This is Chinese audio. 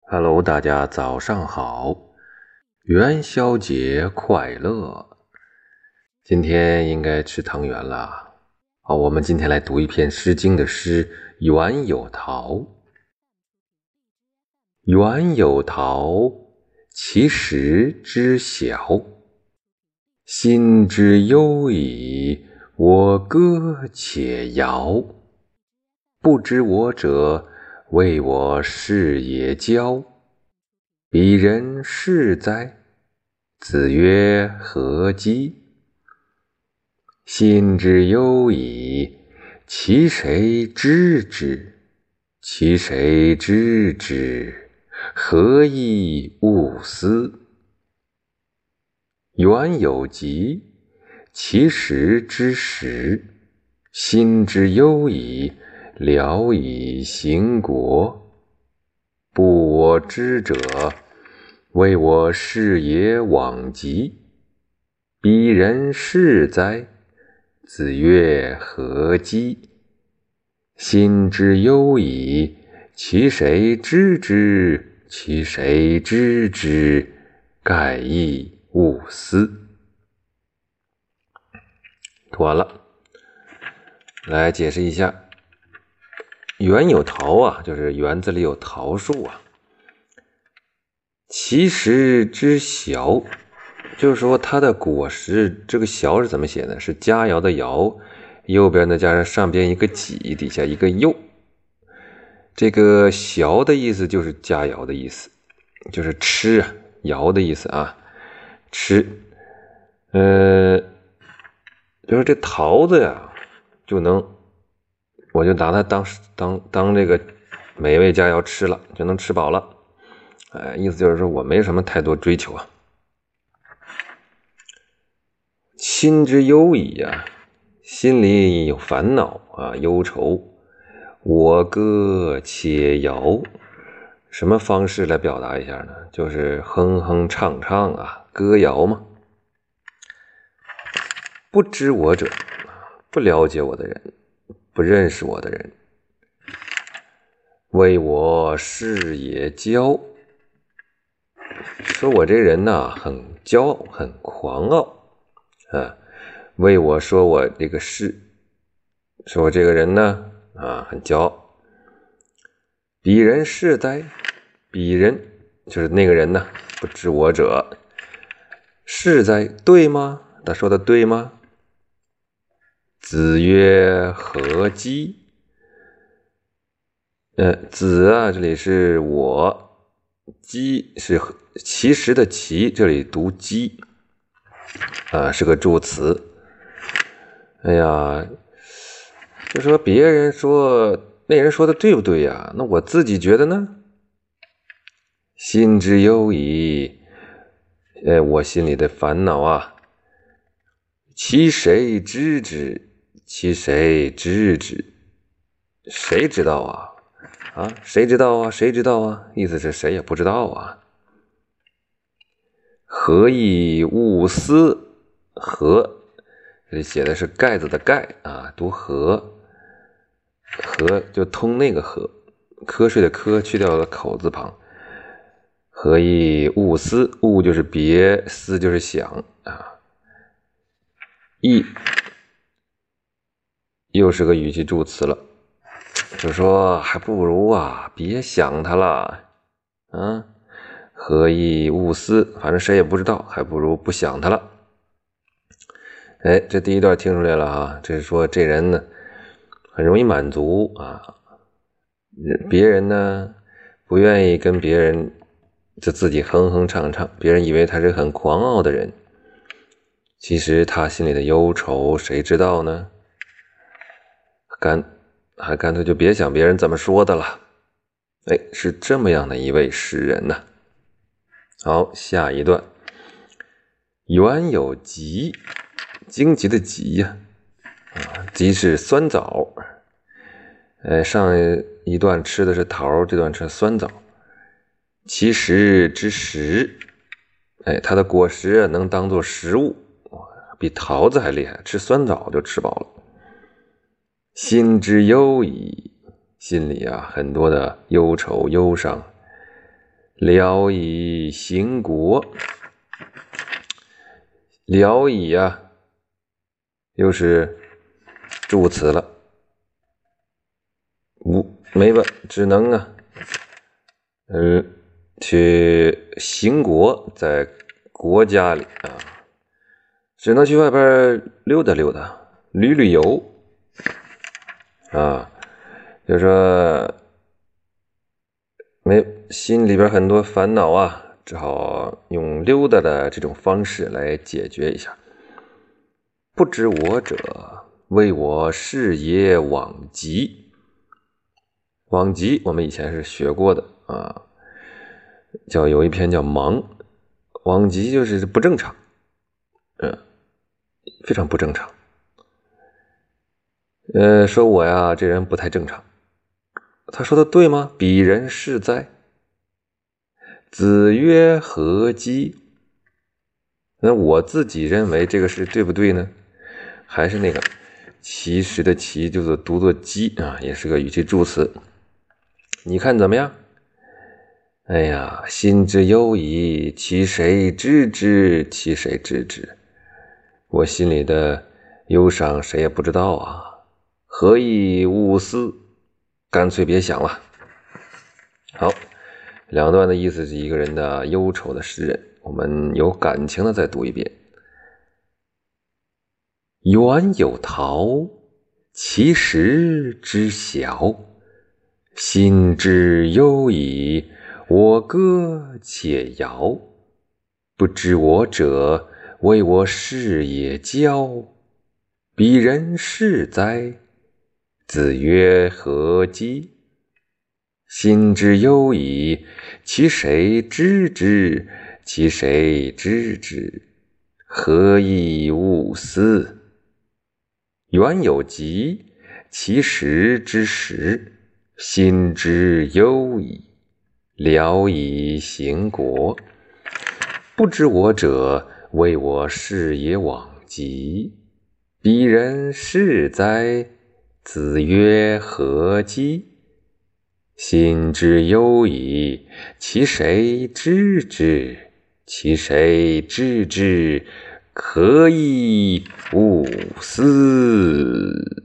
Hello，大家早上好，元宵节快乐！今天应该吃汤圆了。好，我们今天来读一篇《诗经》的诗《原有陶》。原有陶，其实之小，心之忧矣，我歌且谣。不知我者，谓我是也骄。彼人是哉？子曰：何哉？心之忧矣，其谁知之？其谁知之？何以勿思？原有疾，其实之实。心之忧矣，聊以行国。不我知者，谓我是也罔极。彼人是哉？子曰：何哉？心之忧矣，其谁知之？其谁知之？盖亦勿思。读完了，来解释一下。原有桃啊，就是园子里有桃树啊。其实之小，就是说它的果实，这个小是怎么写呢？是佳肴的肴，右边呢加上上边一个己，底下一个右。这个小的意思就是佳肴的意思，就是吃啊，肴的意思啊，吃。就是这桃子呀，我就拿它当这个美味佳肴吃了，就能吃饱了。意思就是说我没什么太多追求啊。心之忧矣呀，心里有烦恼啊，忧愁。我歌且谣，什么方式来表达一下呢？就是哼哼唱唱啊，歌谣嘛。不知我者，不了解我的人，不认识我的人，谓我是也骄。说我这人呢，很骄傲，很狂傲啊。谓我说我这个是，说我这个人呢啊，很骄傲。彼人是哉？彼人就是那个人呢，不知我者，是哉？对吗？他说的对吗？子曰：何哉？子啊，这里是我，鸡是其实的其，这里读鸡啊，是个助词。哎呀，就说别人说那人说的对不对呀？那我自己觉得呢？心之忧矣，我心里的烦恼啊，其谁知之？其谁知之？谁知道啊？谁知道啊？谁知道啊？意思是谁也不知道啊。何以勿思？何，这里写的是盖子的盖啊，读何。何就通那个何，瞌睡的瞌去掉了口字旁。何以勿思？勿就是别，思就是想啊。亦又是个语气助词了，就说还不如啊，别想它了啊。何以勿思？反正谁也不知道，还不如不想它了。这第一段听出来了啊，这是说这人呢很容易满足啊，别人呢不愿意跟别人就自己哼哼唱唱，别人以为他是很狂傲的人，其实他心里的忧愁谁知道呢？还干脆就别想别人怎么说的了。是这么样的一位诗人呢。好，下一段。原有疾，荆棘的棘呀，棘是酸枣。上一段吃的是桃，这段吃酸枣。其实之实，它的果实能当做食物，比桃子还厉害，吃酸枣就吃饱了。心之忧矣，心里啊很多的忧愁忧伤。 聊以兴国。聊以啊，又是助词了，没办，只能啊，去兴国，在国家里啊，只能去外边溜达溜达，旅游啊，就是说心里边很多烦恼啊，只好用溜达的这种方式来解决一下。不知我者，谓我是也罔极。罔极我们以前是学过的啊，有一篇叫盲，罔极就是不正常，非常不正常。说我呀这人不太正常。他说的对吗？鄙人是哉。子曰何哉？那我自己认为这个是对不对呢？还是那个其实的其就是读作鸡啊，也是个语气助词。你看怎么样？哎呀，心之忧矣，其谁知之？其谁知之？我心里的忧伤谁也不知道啊，何以勿思？干脆别想了。好，两段的意思是一个人的忧愁的诗人，我们有感情的再读一遍。园有桃，其实知晓。心之忧矣，我歌且摇。不知我者，谓我是也骄。鄙人是哉。子曰何哉？心之忧矣，其谁知之？其谁知之？何以勿思？园有疾，其实之时。心之忧矣，聊以兴国。不知我者，谓我是也罔极。鄙人是哉。子曰何哉？心之忧矣，其谁知之？其谁知之？可以勿思。